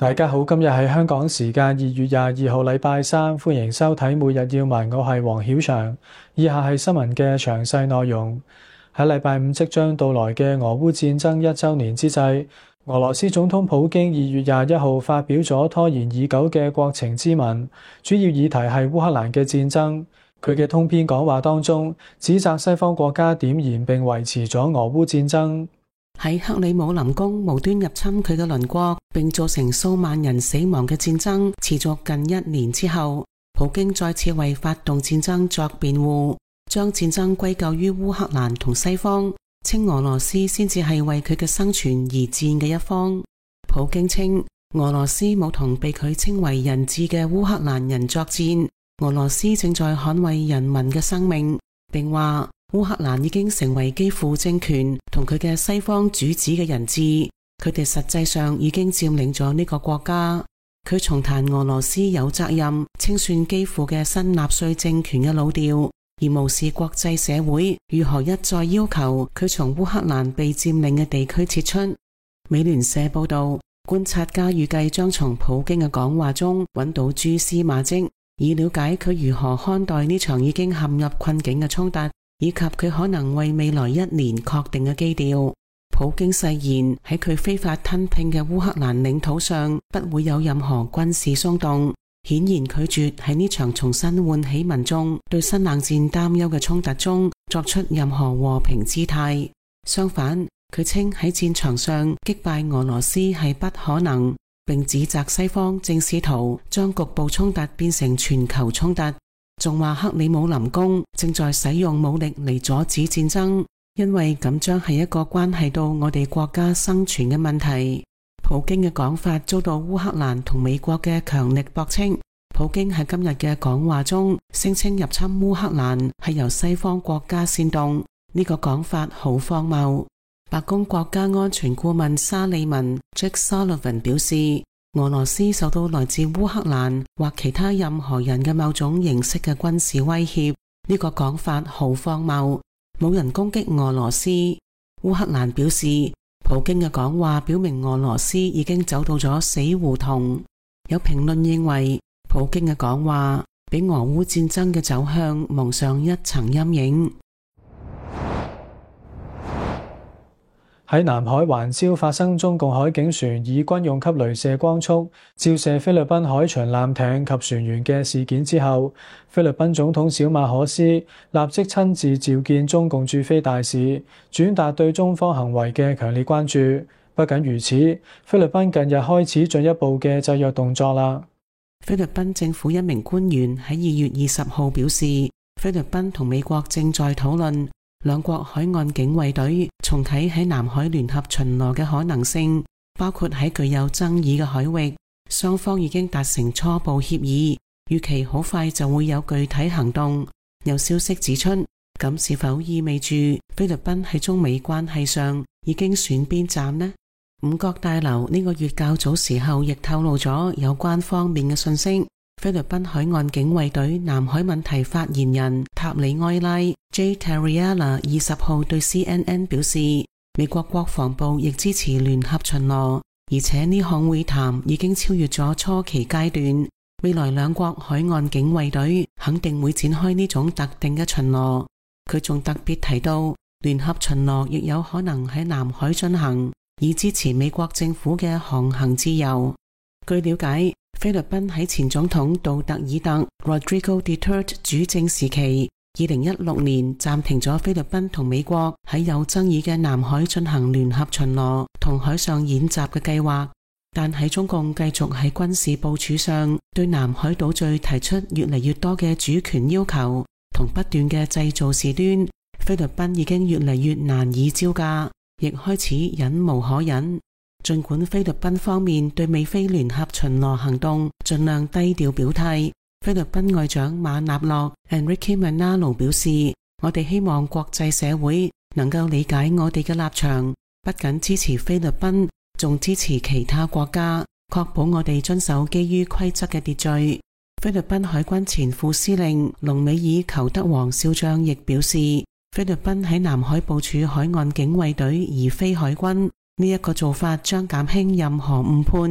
大家好，今日係香港時間2月22號禮拜三，歡迎收睇每日要聞，我係黃曉翔。以下係新聞嘅詳細內容。喺禮拜五即將到來嘅俄烏戰爭1週年之際，俄羅斯總統普京2月21號發表咗拖延已久嘅國情咨文，主要議題係烏克蘭嘅戰爭。佢嘅通篇講話當中，指責西方國家點燃並維持咗俄烏戰爭。 喺克里姆林宮無端入侵佢嘅鄰國，並造成數萬人死亡嘅戰爭持續近1年之後，普京再次為發動戰爭作辯護，將戰爭歸咎於烏克蘭同西方，稱俄羅斯先至係為佢嘅生存而戰嘅一方。普京稱俄羅斯冇同被佢稱為人質嘅烏克蘭人作戰，俄羅斯正在捍衛人民嘅生命，並話烏克蘭已經成為基輔政權同佢嘅西方主子嘅人質，佢哋實際上已經佔領咗呢個國家。佢重彈俄羅斯有責任清算基輔嘅新納粹政權嘅老調，而無視國際社會如何一再要求佢從烏克蘭被佔領嘅地區撤出。美聯社報道，觀察家預計將從普京嘅講話中揾到蛛絲馬跡，以了解佢如何看待呢場已經陷入困境嘅衝突，以及佢可能為未來1年確定嘅基調。普京誓言喺佢非法吞併嘅烏克蘭領土上不會有任何軍事鬆動，顯然拒絕喺呢場重新喚起民眾對新冷戰擔憂嘅衝突中作出任何和平姿態。相反，佢稱喺戰場上擊敗俄羅斯係不可能，並指責西方正試圖將局部衝突變成全球衝突。仲話克里姆林宮正在使用武力嚟阻止戰爭，因為咁將係一個關係到我哋國家生存嘅問題。普京嘅講法遭到烏克蘭同美國嘅強力駁斥。普京喺今日嘅講話中聲稱入侵烏克蘭係由西方國家煽動，呢個講法好荒謬。白宮國家安全顧問沙利文 Jake Sullivan 表示，俄羅斯受到來自烏克蘭或其他任何人嘅某種形式嘅軍事威脅，呢個講法好荒謬，冇人攻擊俄羅斯。烏克蘭表示，普京嘅講話表明俄羅斯已經走到咗死胡同。有評論認為，普京嘅講話俾俄烏戰爭嘅走向蒙上一層陰影。 喺南海環礁發生中共海警船以軍用級雷射光速照射菲律賓海巡艦艇及船員嘅事件之後，菲律賓總統小馬可斯立即親自召見中共駐菲大使，轉達對中方行為嘅強烈關注。不僅如此，菲律賓近日開始進一步嘅制約動作啦。 菲律賓政府一名官員喺2月20號表示，菲律賓同美國正在討論兩國海岸警衛隊重啟喺南海聯合巡邏嘅可能性，包括喺具有爭議嘅海域。雙方已經達成初步協議，預期好快就會有具體行動。有消息指出，咁是否意味住菲律賓喺中美關係上已經選邊站呢？五角大樓呢個月較早時候亦透露咗有關方面嘅信息。菲律賓海岸警衛隊南海問題發言人塔里埃拉 J. Terriella 20號對 CNN 表示，美國國防部亦支持聯合巡邏，而且呢項會談已經超越咗初期階段。未來兩國海岸警衛隊肯定會展開呢種特定嘅巡邏。佢仲特別提到，聯合巡邏亦有可能喺南海進行，以支持美國政府嘅航行自由。據了解，菲律賓喺前總統杜特爾特 Rodrigo Duterte 主政時期，2016年暫停咗菲律賓同美國喺有爭議嘅南海進行聯合巡邏同海上演習嘅計劃。但喺中共繼續喺軍事部署上對南海島嶼提出越嚟越多嘅主權要求，同不斷嘅製造事端，菲律賓已經越嚟越難以招架，亦開始忍無可忍。儘管菲律賓方面對美菲聯合巡邏行動盡量低調表態，菲律賓外長馬納諾 Enrique Manalo 表示，我哋希望國際社會能夠理解我哋嘅立場，不僅支持菲律賓，仲支持其他國家，確保我哋遵守基於規則嘅秩序。菲律賓海軍前副司令隆美爾裘德王少將亦表示，菲律賓喺南海部署海岸警衛隊而非海軍，呢一個做法將減輕任何誤判，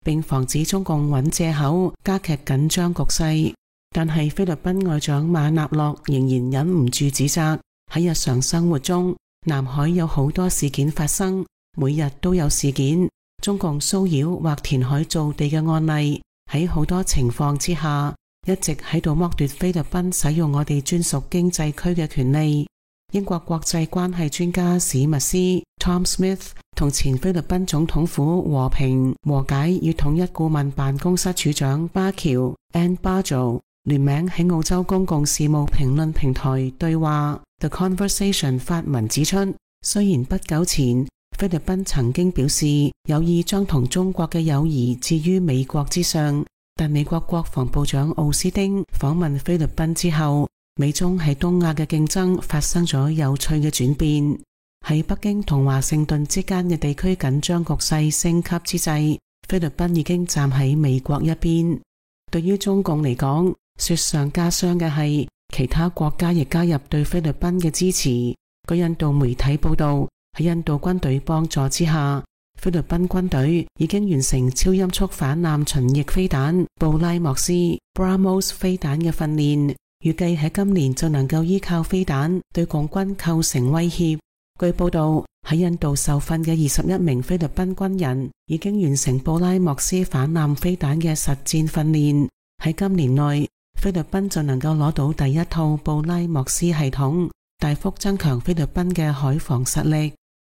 並防止中共揾藉口加劇緊張局勢。但係菲律賓外長馬納洛仍然忍唔住指責，喺日常生活中，南海有好多事件發生，每日都有事件。中共騷擾或填海造地嘅案例喺好多情況之下，一直喺度剝奪菲律賓使用我哋專屬經濟區嘅權利。英國國際關係專家史密斯 Tom Smith 同前菲律賓總統府和平和解與統一顧問辦公室處長巴喬 Ann Barjo聯名喺澳洲公共事務評論平台對話 The Conversation 發文指出，雖然不久前菲律賓曾經表示有意將同中國嘅友誼置於美國之上，但美國國防部長奧斯汀訪問菲律賓之後，美中喺東亞嘅競爭發生咗有趣嘅轉變。喺北京同華盛頓之間嘅地區緊張局勢升級之際，菲律賓已經站喺美國一邊。對於中共嚟講，雪上加霜嘅係其他國家亦加入對菲律賓嘅支持。據印度媒體報道，喺印度軍隊幫助之下，菲律賓軍隊已經完成超音速反艦巡弋飛彈布拉莫斯 BrahMos 飛彈嘅訓練，預計喺今年就能夠依靠飛彈對共軍構成威脅。據報道，喺印度受訓嘅21名菲律賓軍人已經完成布拉莫斯反艦飛彈嘅實戰訓練。喺今年內，菲律賓就能夠攞到第一套布拉莫斯系統，大幅增強菲律賓嘅海防實力。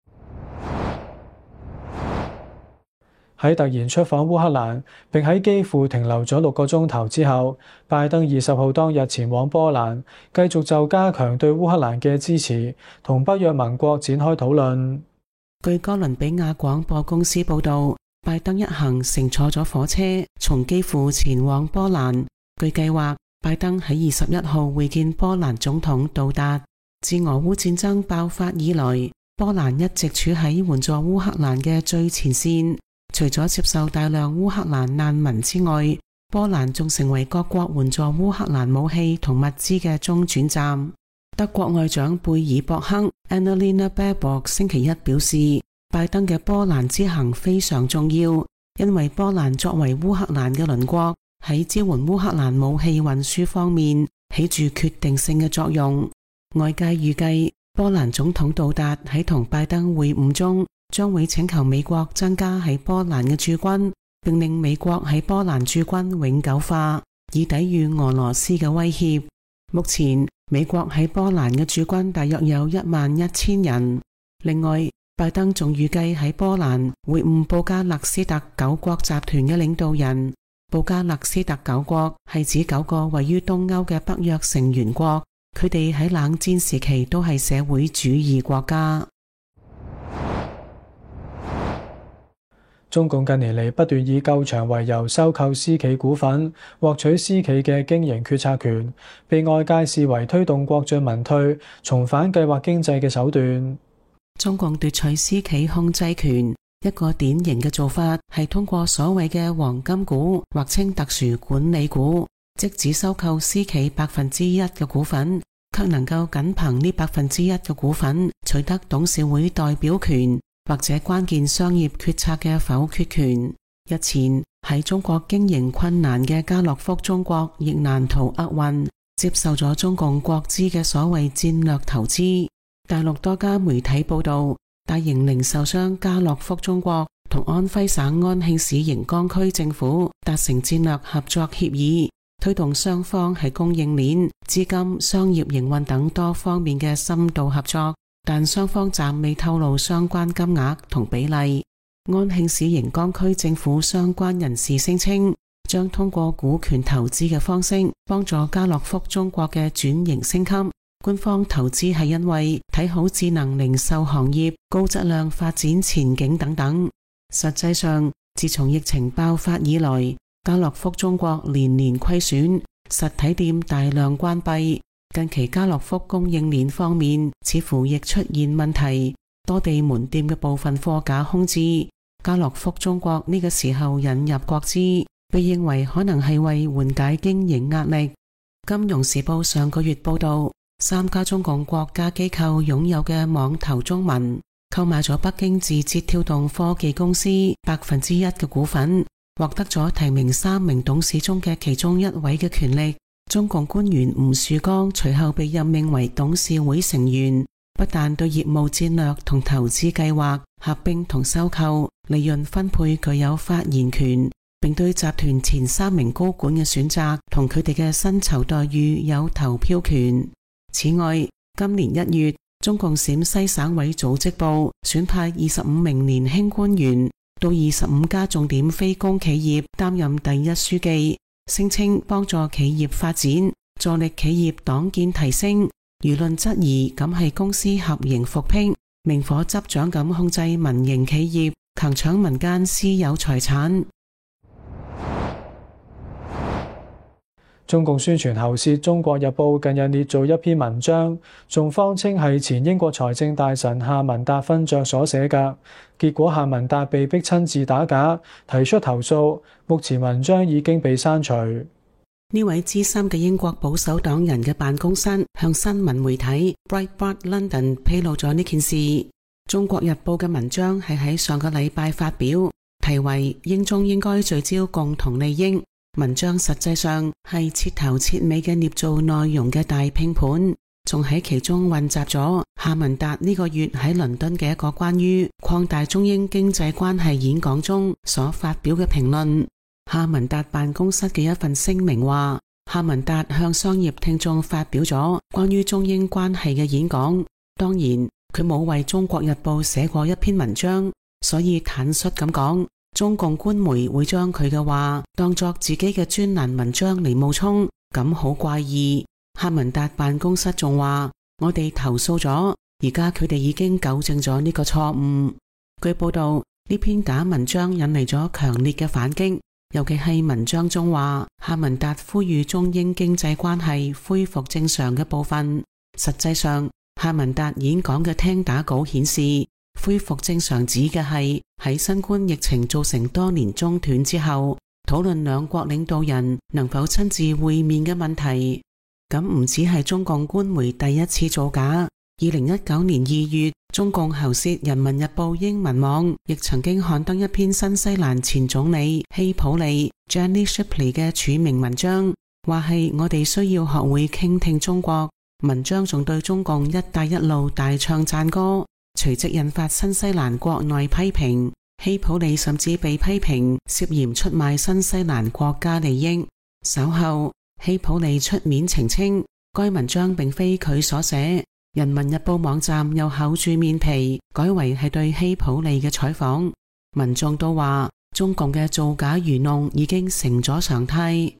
喺突然出訪烏克蘭並喺基輔停留咗6個鐘頭之後，拜登20號當日前往波蘭，繼續就加強對烏克蘭嘅支持同北約盟國展開討論。 據哥倫比亞廣播公司報道，拜登一行乘坐咗火車從基輔前往波蘭。據計劃，拜登喺21號會見波蘭總統杜達。自俄烏戰爭爆發以來，波蘭一直處喺援助烏克蘭嘅最前線。除咗接受大量烏克蘭難民之外，波蘭仲成為各國援助烏克蘭武器同物資嘅中轉站。德國外長貝爾博克 Annalena Baerbock 星期一表示，拜登嘅波蘭之行非常重要，因為波蘭作為烏克蘭嘅鄰國，喺支援烏克蘭武器運輸方面起住決定性嘅作用。外界預計波蘭總統杜達喺同拜登會晤中將會請求美國增加喺波蘭嘅駐軍，並令美國喺波蘭駐軍永久化，以抵禦俄羅斯嘅威脅。目前美國喺波蘭嘅駐軍大約有11000人。另外，拜登仲預計喺波蘭會晤布加勒斯特9國集團嘅領導人。布加勒斯特9國係指9個位於東歐嘅北約成員國，佢哋喺冷戰時期都係社會主義國家。 中共近年嚟不斷以購場為由收購私企股份，獲取私企嘅經營決策權，被外界視為推動國進民退、重返計劃經濟嘅手段。 中共奪取私企控制權，一個典型嘅做法係通過所謂嘅黃金股，或稱特殊管理股，即只收購私企1%嘅股份，卻能夠僅憑呢1%嘅股份取得董事會代表權，或者關鍵商業決策嘅否決權。日前喺中國經營困難嘅家樂福中國亦難逃厄運，接受咗中共國資嘅所謂戰略投資。大陸多家媒體報道，大型零售商家樂福中國同安徽省安慶市盈江區政府達成戰略合作協議，推動雙方喺供應鏈、資金、商業營運等多方面嘅深度合作，但雙方暫未透露相關金額同比例。安慶市盈江區政府相關人士聲稱，將通過股權投資嘅方式幫助家樂福中國嘅轉型升級。官方投資係因為睇好智能零售行業高質量發展前景等等。實際上，自從疫情爆發以來，家樂福中國年年虧損，實體店大量關閉。近期家樂福供應鏈方面似乎亦出現問題，多地門店嘅部分貨架空置。家樂福中國呢個時候引入國資，被認為可能係為緩解經營壓力。金融時報上個月報道，3家中共國家機構擁有嘅網投中文購買咗北京字節跳動科技公司1%嘅股份， 獲得咗提名3名董事中嘅其中一位嘅權力。中共官員吳樹江隨後被任命為董事會成員，不但對業務戰略同投資計劃、合併同收購、利潤分配具有發言權，並對集團前3名高管嘅選擇同佢哋嘅薪酬待遇有投票權。此外，今年1月，中共陝西省委組織部選派25名年輕官員到25家重點非公企業擔任第一書記，聲稱幫助企業發展，助力企業黨建提升。輿論質疑咁係公私合營復辟，明火執掌咁控制民營企業，強搶民間私有財產。 中共宣傳喉舌《中國日報》近日列做一篇文章，仲謊稱係前英國財政大臣夏文達勳爵所寫㗎，結果夏文達被逼親自打假，提出投訴，目前文章已經被刪除。 呢位資深嘅英國保守黨人嘅辦公室向新聞媒體 Breitbart London 披露咗呢件事。《中國日報》嘅文章係喺上個禮拜發表，題為英中應該聚焦共同利益。文章實際上係徹頭徹尾嘅捏造內容嘅大拼盤，仲喺其中混雜咗夏文達呢個月喺倫敦嘅一個關於擴大中英經濟關係演講中所發表嘅評論。夏文達辦公室嘅一份聲明話，夏文達向商業聽眾發表咗關於中英關係嘅演講，當然佢冇為《中國日報》寫過一篇文章，所以坦率咁講，中共官媒會將佢嘅話當作自己嘅專欄文章嚟冒充，咁好怪異。夏文達辦公室仲話，我哋投訴咗，而家佢哋已經糾正咗呢個錯誤。據報道，呢篇假文章引嚟咗強烈嘅反擊，尤其係文章中話夏文達呼籲中英經濟關係恢復正常嘅部分。實際上，夏文達演講嘅聽打稿顯示，恢復正常指嘅係喺新冠疫情造成多年中斷之後，討論兩國領導人能否親自會面嘅問題。咁唔止係中共官媒第一次造假。2019年2月，中共喉舌《人民日報》英文網亦曾經刊登一篇新西蘭前總理希普利 Jenny Shipley 嘅署名文章，話係我哋需要學會傾聽中國。文章仲對中共一帶一路大唱讚歌，隨即引發新西蘭國內批評。希普利甚至被批評涉嫌出賣新西蘭國家利益。稍後，希普利出面澄清，該文章並非佢所寫。人民日報網站又厚住面皮改為係對希普利嘅採訪。民眾都話，中共嘅造假愚弄已經成咗常態。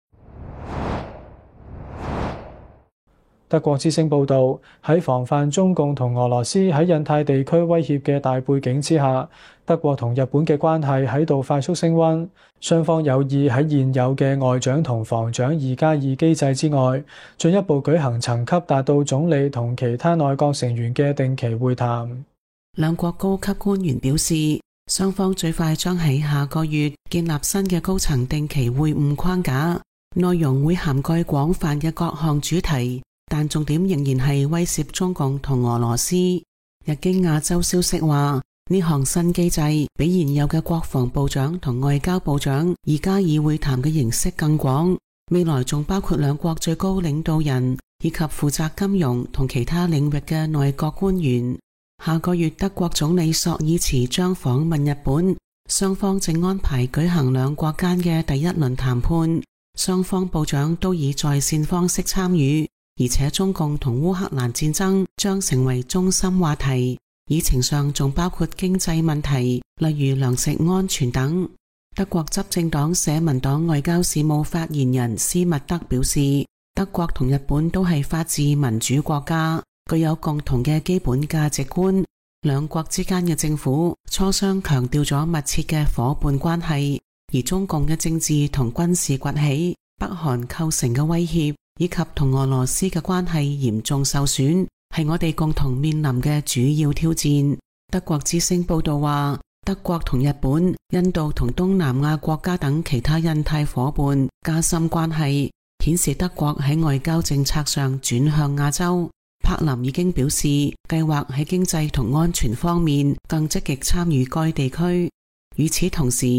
德國之聲報導，喺防範中共同俄羅斯喺印太地區威脅嘅大背景之下，德國同日本嘅關係喺度快速升溫。雙方有意喺現有嘅外長同防長2+2機制之外，進一步舉行層級達到總理同其他內閣成員嘅定期會談。 兩國高級官員表示，雙方最快將喺下個月建立新嘅高層定期會晤框架，內容會涵蓋廣泛嘅各項主題，但重點仍然係威懾中共同俄羅斯。日經亞洲消息話，呢項新機制比現有嘅國防部長同外交部長2+2會談嘅形式更廣，未來仲包括兩國最高領導人以及負責金融同其他領域嘅內閣官員。下個月德國總理朔爾茨將訪問日本，雙方正安排舉行兩國間嘅第一輪談判，雙方部長都以在線方式參與，而且中共同烏克蘭戰爭將成為中心話題。議程上仲包括經濟問題，例如糧食安全等。德國執政黨社民黨外交事務發言人施密德表示，德國同日本都係法治民主國家，具有共同嘅基本價值觀。兩國之間嘅政府磋商強調咗密切嘅夥伴關係，而中共嘅政治同軍事崛起、北韓構成嘅威脅以及同俄羅斯嘅關係嚴重受損，係我哋共同面臨嘅主要挑戰。德國之聲報道話，德國同日本、印度同東南亞國家等其他印太夥伴加深關係，顯示德國喺外交政策上轉向亞洲。柏林已經表示，計劃喺經濟同安全方面更積極參與該地區。與此同時，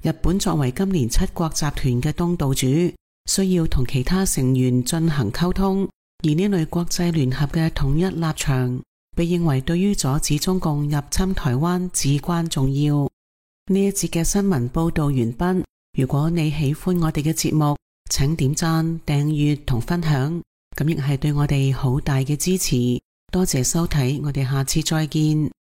日本作為今年七國集團嘅東道主，需要同其他成員進行溝通，而呢類國際聯合嘅統一立場，被認為對於阻止中共入侵台灣至關重要。呢一節嘅新聞報道完畢。如果你喜歡我哋嘅節目，請點讚、訂閱同分享，咁亦係對我哋好大嘅支持。多謝收睇，我哋下次再見。